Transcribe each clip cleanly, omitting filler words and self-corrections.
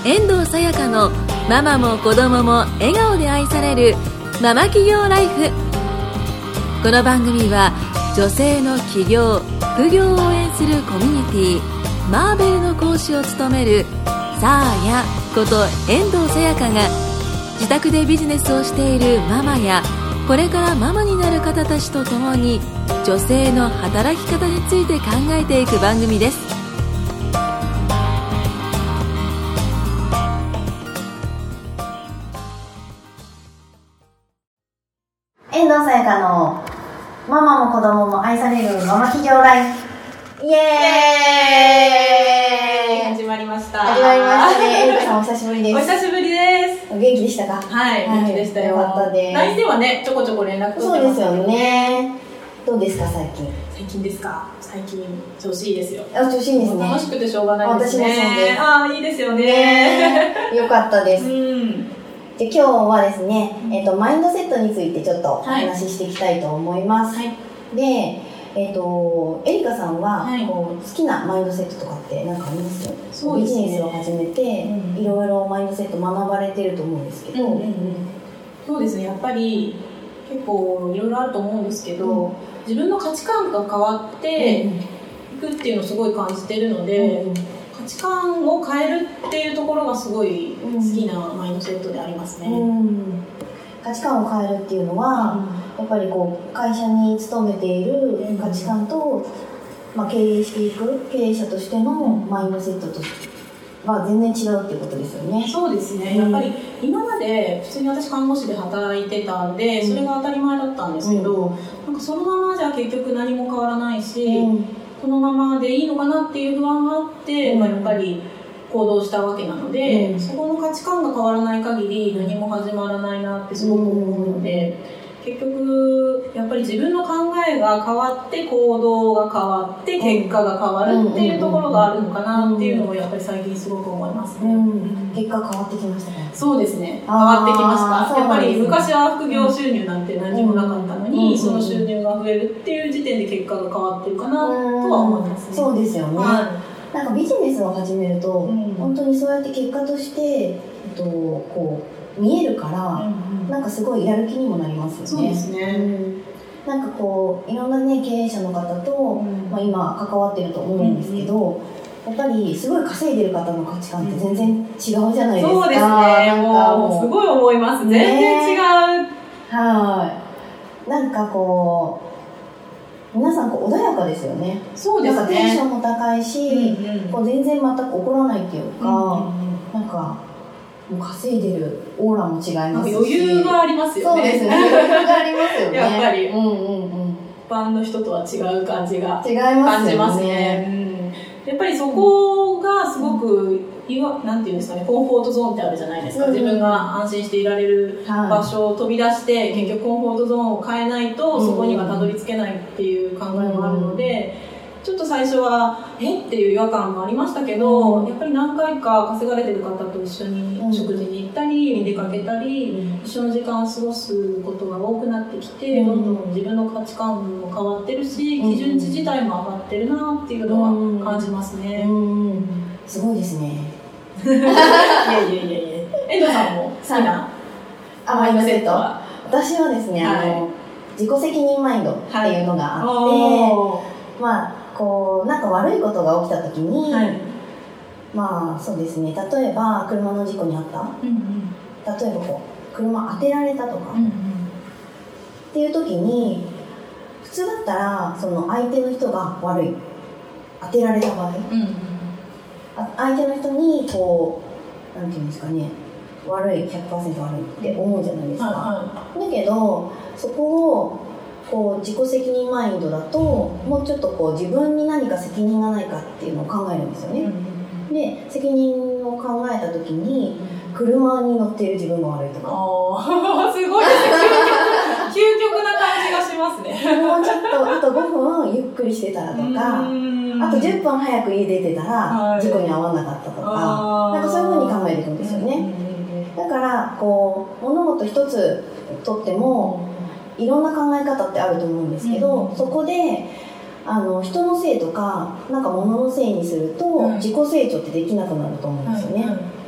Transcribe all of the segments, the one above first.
遠藤さやかのママも子供も笑顔で愛されるママ企業ライフ。この番組は女性の起業・副業を応援するコミュニティマーベルの講師を務めるさあやこと遠藤さやかが、自宅でビジネスをしているママやこれからママになる方たちと共に女性の働き方について考えていく番組です。 遠藤さやかのママも子供も愛されるママ企業ライフ。イエーイ、 始まりました。 始まりましたね。遠藤さんお久しぶりです。 お久しぶりです。 お元気でしたか？ はい、元気でしたよ。 よかったです。 LINE ではね、ちょこちょこ連絡取ってます。 そうですよね。どうですか最近？ 最近ですか？最近調子いいですよ。 調子いいですね。 楽しくてしょうがないですね。 私もそうです。 ああ、いいですよね。 よかったです。 うん。 で今日はですね、マインドセットについてちょっとお話ししていきたいと思います。はい。で、エリカさんは、こう好きなマインドセットとかって何かあります？そうですね、ビジネスを始めて、いろいろマインドセット学ばれてると思うんですけど、 そうですね、やっぱり結構いろいろあると思うんですけど、自分の価値観が変わっていくっていうのをすごい感じてるので、価値観を変えるっていうところがすごい好きなマインドセットでありますね。 価値観を変えるっていうのは、やっぱりこう会社に勤めている価値観と、経営していく経営者としてのマインドセットとは全然違うっていうことですよね。 そうですね、やっぱり今まで普通に私看護師で働いてたんで、それが当たり前だったんですけど、なんかそのままじゃ結局何も変わらないし、このままでいいのかなっていう不安があって、やっぱり行動したわけなので、そこの価値観が変わらない限り何も始まらないなってすごく思うので、結局やっぱり自分の考えが変わって行動が変わって結果が変わるっていうところがあるのかなっていうのをやっぱり最近すごく思いますね。 結果変わってきましたね。 そうですね、変わってきました。やっぱり昔は副業収入なんて何もなかったのに、その収入が増えるっていう時点で結果が変わってるかなとは思いますね。 そうですよね。なんかビジネスを始めると、本当にそうやって結果として、こう見えるから、なんかすごいやる気にもなりますよね。 そうですね。 なんかこういろんなね経営者の方と、今関わってると思うんですけど、やっぱりすごい稼いでる方の価値観って全然違うじゃないですか。 そうですね。もうすごい思います。全然違う。 はい。なんかこう皆さんこう穏やかですよね。 そうですね。 なんかテンションも高いし、こう全然全く怒らないっていうか、なんかもう稼いでるオーラも違いますし、 余裕がありますよね。 そうですね、余裕がありますよね。 やっぱり、一般の人とは違う感じが感じますね。やっぱりそこがすごくなんていうんですかね、コンフォートゾーンってあるじゃないですか。自分が安心していられる場所を飛び出して、結局コンフォートゾーンを変えないとそこにはたどり着けないっていう考えもあるので、ちょっと最初はっていう違和感もありましたけど、やっぱり何回か稼がれてる方と一緒に食事に行ったり出かけたり、一緒の時間を過ごすことが多くなってきて、どんどん自分の価値観も変わってるし、基準値自体も上がってるなっていうのは感じますね。 すごいですね。 いや遠藤さんも好きなマインドセットは？ 私はですね、自己責任マインドっていうのがあって、こうなんか悪いことが起きた時に、そうですね、例えば車の事故に遭った、例えばこう車当てられたとか、っていう時に普通だったらその相手の人が悪い、当てられた場合、相手の人にこうなんていうんですかね、悪い 100% 悪いって思うじゃないですか。だけどそこをこう自己責任マインドだと、もうちょっとこう自分に何か責任がないかっていうのを考えるんですよね。で責任を考えた時に、車に乗っている自分が悪いとか、 すごいですね。究極な感じがしますね。 もうちょっとあと5分ゆっくりしてたらとか、あと10分早く家出てたら事故に遭わなかったとか、なんかそういう風に考えていくんですよね。だからこう物事一つとってもいろんな考え方ってあると思うんですけど、そこで人のせいとかなんか物のせいにすると自己成長ってできなくなると思うんですよね。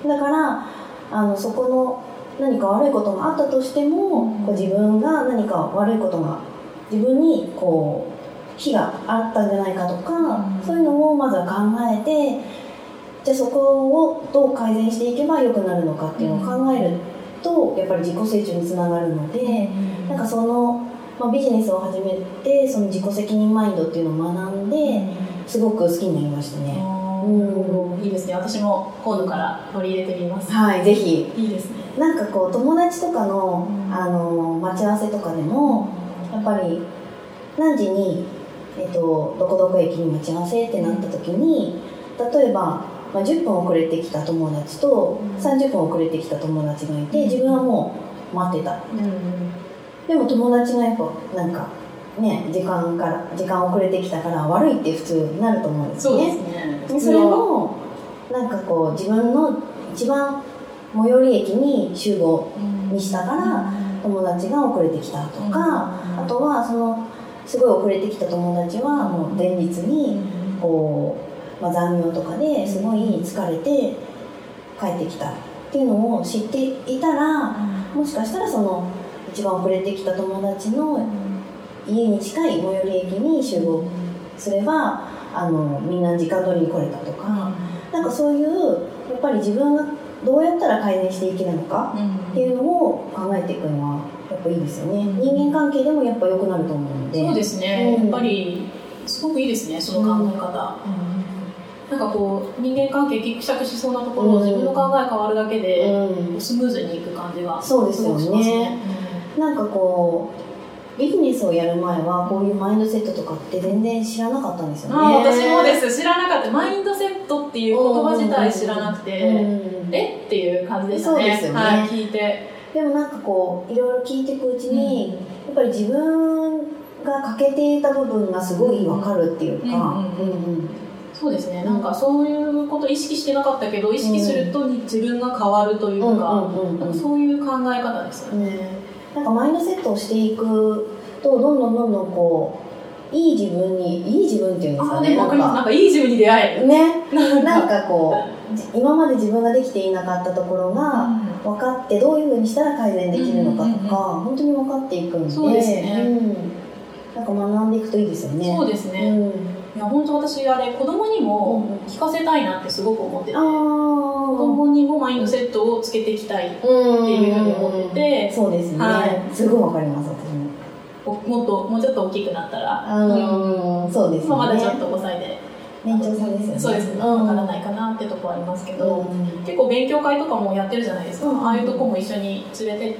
だからそこの何か悪いことがあったとしても、こう自分が何か悪いことが自分にこう非があったんじゃないかとか、そういうのをまずは考えて、じゃあそこをどう改善していけば良くなるのかっていうのを考えるとやっぱり自己成長につながるので、なんかその、ビジネスを始めてその自己責任マインドっていうのを学んで、すごく好きになりましたね。 いいですね。私も今度から取り入れてみます。 はい、ぜひ。 いいですね。 なんかこう友達とかの、待ち合わせとかでもやっぱり何時に、どこどこ駅に待ち合わせってなった時に、例えば、10分遅れてきた友達と30分遅れてきた友達がいて、自分はもう待ってた、でも友達がやっぱなんかね、時間遅れてきたから悪いって普通になると思うんですよね。 そうですね。 それもなんかこう自分の一番最寄り駅に集合にしたから友達が遅れてきたとか、あとはそのすごい遅れてきた友達はもう前日にこう、残業とかですごい疲れて帰ってきたっていうのを知っていたら、もしかしたらその一番遅れてきた友達の家に近い最寄り駅に集合すればみんな時間通りに来れたとか、なんかそういうやっぱり自分がどうやったら改善していけるのかっていうのを考えていくのはやっぱいいですよね。人間関係でもやっぱ良くなると思うので。 そうですね、やっぱりすごくいいですね、その考え方。なんかこう人間関係ギクシャクしそうなところを自分の考え変わるだけで、スムーズにいく感じがそうですよね。なんかこうビジネスをやる前はこういうマインドセットとかって全然知らなかったんですよね。 私もです。知らなかった。マインドセットっていう言葉自体知らなくて、えっていう感じでしたね。 そうですよね、 聞いて。 でもなんかこういろいろ聞いていくうちに、やっぱり自分が欠けていた部分がすごい分かるっていうか、 そうですね。なんかそういうこと意識してなかったけど、意識すると自分が変わるというか、そういう考え方ですよね。 なんかマインドセットをしていくとどんどんこういい自分っていうんですかね。 なんかいい自分に出会えるね。なんかこう今まで自分ができていなかったところが分かって、どういうふうにしたら改善できるのかとか、本当に分かっていくので、 そうですね。 なんか学んでいくといいですよね。 そうですね。いや本当私あれ子供にも聞かせたいなってすごく思ってて、子供にもマインドセットをつけていきたいっていうふうに思ってて、 そうですね、すごいわかります。私ももうちょっと大きくなったら、 そうですね、 まだちょっと5歳で年長さんですよね。 そうですね、わからないかなってとこありますけど、結構勉強会とかもやってるじゃないですか、ああいうとこも一緒に連れてって、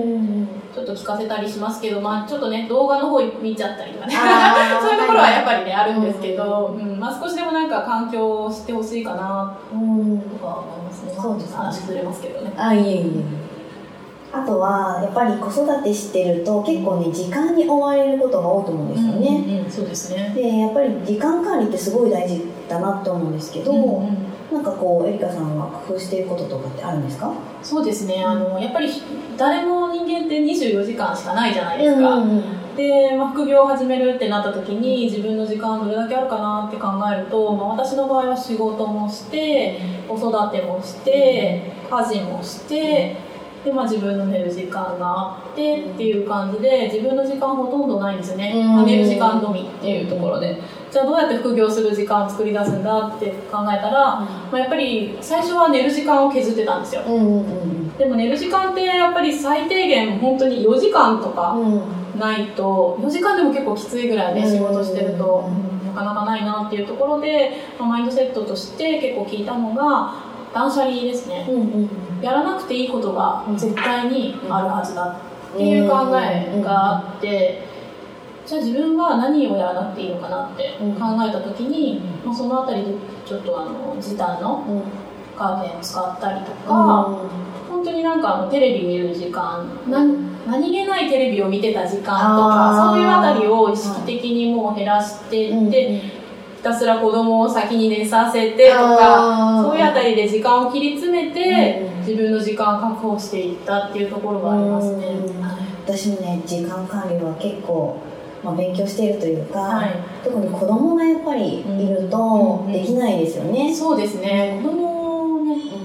ちょっと聞かせたりしますけど、ちょっとね動画の方見ちゃったりとかねそういうところはやっぱりねあるんですけど、少しでもなんか環境を知ってほしいかなとか思いますね。 そうですね、 話ずれますけどね。 あとはやっぱり子育てしてると結構ね時間に追われることが多いと思うんですよね。 そうですね。 でやっぱり時間管理ってすごい大事だなって思うんですけど、なんかこうエリカさんは工夫していることとかってあるんですか？ そうですね、やっぱり誰も人間って24時間しかないじゃないですか。で、副業を始めるってなった時に自分の時間どれだけあるかなって考えると、私の場合は仕事もして子育てもして家事もしてで、自分の寝る時間があってっていう感じで自分の時間ほとんどないんですよね。寝る時間のみっていうところで、じゃあどうやって副業する時間を作り出すんだって考えたら、やっぱり最初は寝る時間を削ってたんですよ。でも寝る時間ってやっぱり最低限本当に4時間とかないと、4時間でも結構きついぐらいで仕事してるとなかなかないなっていうところで、マインドセットとして結構聞いたのが断捨離ですね。やらなくていいことが絶対にあるはずだっていう考えがあって、じゃあ自分は何をやらなくていいのかなって考えた時に、そのあたりでちょっと時短のカーテン使ったりとか、本当になんかテレビ見る時間、何気ないテレビを見てた時間とか、そういうあたりを意識的にもう減らしていって、ひたすら子供を先に寝させてとか、そういうあたりで時間を切り詰めて、自分の時間を確保していったっていうところがありますね。 私もね、時間管理は結構、勉強しているというか、特に子供がやっぱりいるとできないですよね。 そうですね、子供ね、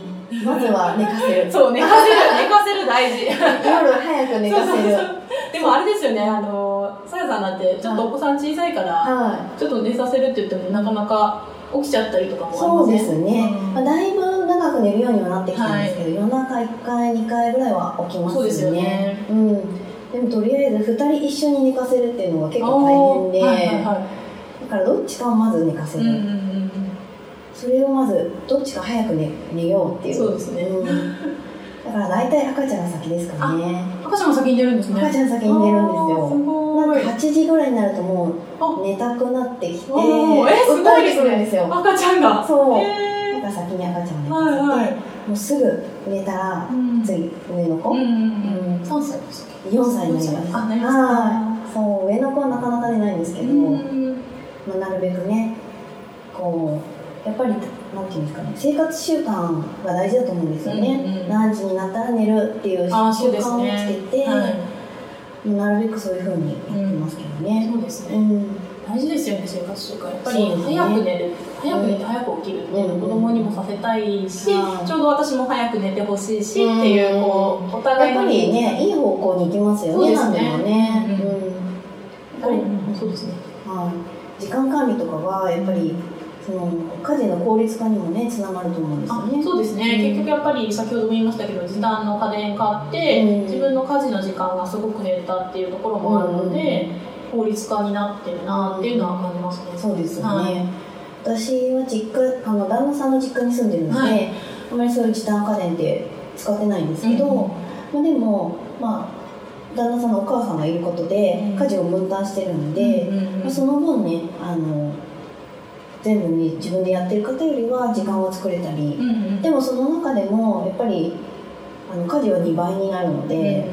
まずは寝かせる。 そう、寝かせる大事。 夜早く寝かせる。 でもあれですよね、さやさんだってちょっとお子さん小さいから、ちょっと寝させるって言ってもなかなか起きちゃったりとかもありますね。 そうですね。だいぶ長く寝るようにはなってきたんですけど、夜中1回2回ぐらいは起きますね。 そうですよね。 でもとりあえず2人一緒に寝かせるっていうのが結構大変で、だからどっちかをまず寝かせる。それをまずどっちか早く寝ようっていう。 そうですね。 だから大体赤ちゃんが先ですかね。 赤ちゃんが先に寝るんですね。 赤ちゃん先に寝るんですよ。なんか8時ぐらいになるともう寝たくなってきて、 すごいですね。 ですよ。 赤ちゃんが。 そう。なんか先に赤ちゃんを寝かせて、もうすぐ寝たら次上の子。 3歳ですか。 4歳になります。 なります。 そう、上の子はなかなか寝ないんですけど、なるべくね、こうやっぱりなんていうんですかね、生活習慣が大事だと思うんですよね。何時になったら寝るっていう習慣をつけて、なるべくそういう風にやってますけどね。 そうですね。大事ですよね、生活習慣。やっぱり早く寝る、早く寝て早く起きるっていうのを子供にもさせたいし、ちょうど私も早く寝てほしいしっていう、こうお互いやっぱりね、いい方向に行きますよね。なんでもね。 そうですね。 時間管理とかはやっぱりその家事の効率化にもねつながると思うんですよね。 そうですね、結局やっぱり先ほども言いましたけど、時短の家電買って、自分の家事の時間がすごく減ったっていうところもあるので、効率化になってるなっていうのは感じますね。 そうですよね。私は実家、旦那さんの実家に住んでるので、あまりそういう時短家電って使ってないんですけど、でも旦那さんのお母さんがいることで家事を分担してるので、その分ね全部に自分でやってる方よりは時間を作れたり、でもその中でもやっぱり家事は2倍になるので、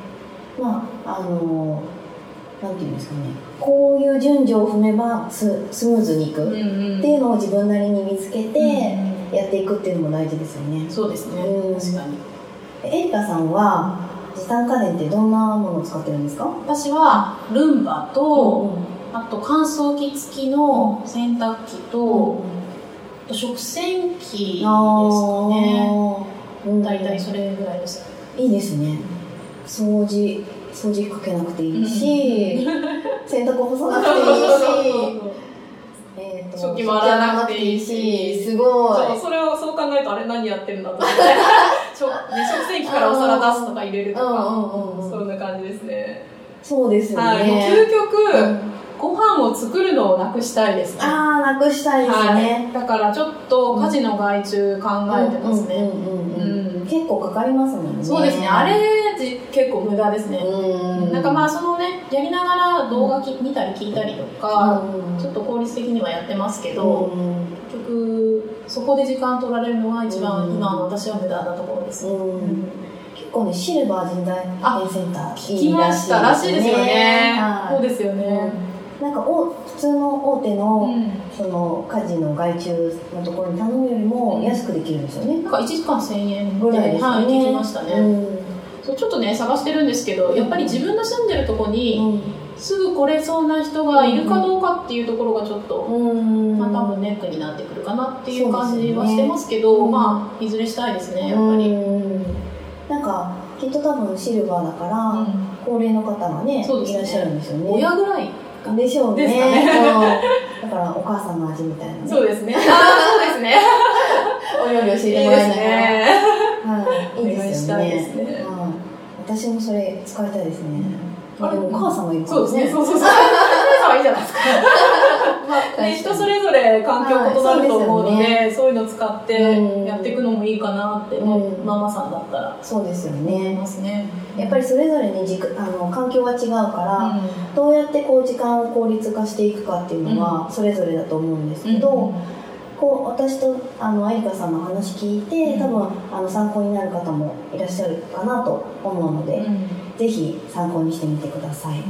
なんていうんですかね、こういう順序を踏めばスムーズにいくっていうのを自分なりに見つけてやっていくっていうのも大事ですよね。 そうですね、確かに。 エリカさんは時短家電ってどんなものを使ってるんですか？ 私はルンバと、あと乾燥機付きの洗濯機と、あと食洗機ですかね。大体それぐらいです。 いいですね。掃除かけなくていいし、洗濯干さなくていいし、 食器も洗わなくていいし、 すごい。 そう考えるとあれ何やってるんだと思って食洗機からお皿出すとか入れるとか、そんな感じですね。 そうですよね。 究極、ご飯を作るのをなくしたいですね。 なくしたいですね。 だからちょっと家事の外注考えてますね。 結構かかりますもんね。 そうですね。あれ結構無駄ですね。なんかそのね、やりながら動画見たり聞いたりとか、ちょっと効率的にはやってますけど、結局そこで時間取られるのが一番今の私は無駄なところです。結構ね、シルバー人材家電センター聞きましたらしいですよね。そうですよね。 なんか普通の大手のその家事の外注のところに頼むよりも安くできるんですよね。 なんか1時間1000円ぐらいですよね。聞きましたね。ちょっとね探してるんですけど、やっぱり自分の住んでるところにすぐ来れそうな人がいるかどうかっていうところがちょっと多分ネックになってくるかなっていう感じはしてますけど、いずれしたいですね、やっぱり。 なんかきっと多分シルバーだから高齢の方がねいらっしゃるんですよね。 親ぐらいでしょうね。だからお母さんの味みたいな。 そうですね。そうですね。 お料理教えてもらえないからいいですよね。 私もそれ使いたいですね。でもお母さんがいるからね。 そうですね。そう。お母さんはいいじゃないですか。人それぞれ環境異なると思うので、そういうのを使ってやっていくのもいいかなってママさんだったら。 そうですよね。やっぱりそれぞれに環境が違うからどうやってこう時間を効率化していくかっていうのはそれぞれだと思うんですけど、私とエリカさんの話聞いて多分参考になる方もいらっしゃるかなと思うので、ぜひ参考にしてみてください。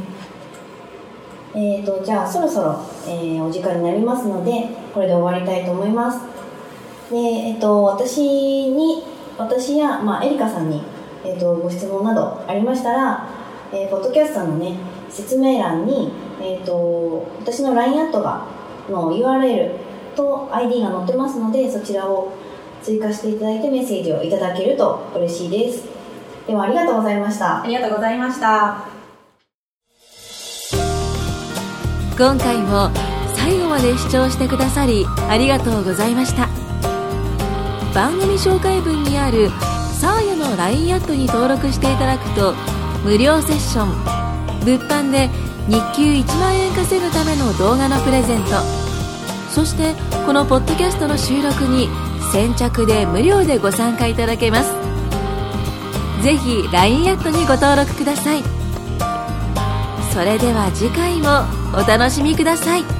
じゃあそろそろ、お時間になりますのでこれで終わりたいと思います。で、私や、エリカさんに、ご質問などありましたら、ポッドキャストのね説明欄に、私の LINE アットの URLと ID が載ってますので、そちらを追加していただいてメッセージをいただけると嬉しいです。ではありがとうございました。 ありがとうございました。 今回も最後まで視聴してくださりありがとうございました。番組紹介文にあるサーヤの LINE アットに登録していただくと無料セッション、物販で日給1万円稼ぐための動画のプレゼント、そしてこのポッドキャストの収録に先着で無料でご参加いただけます。ぜひ LINE アットにご登録ください。それでは次回もお楽しみください。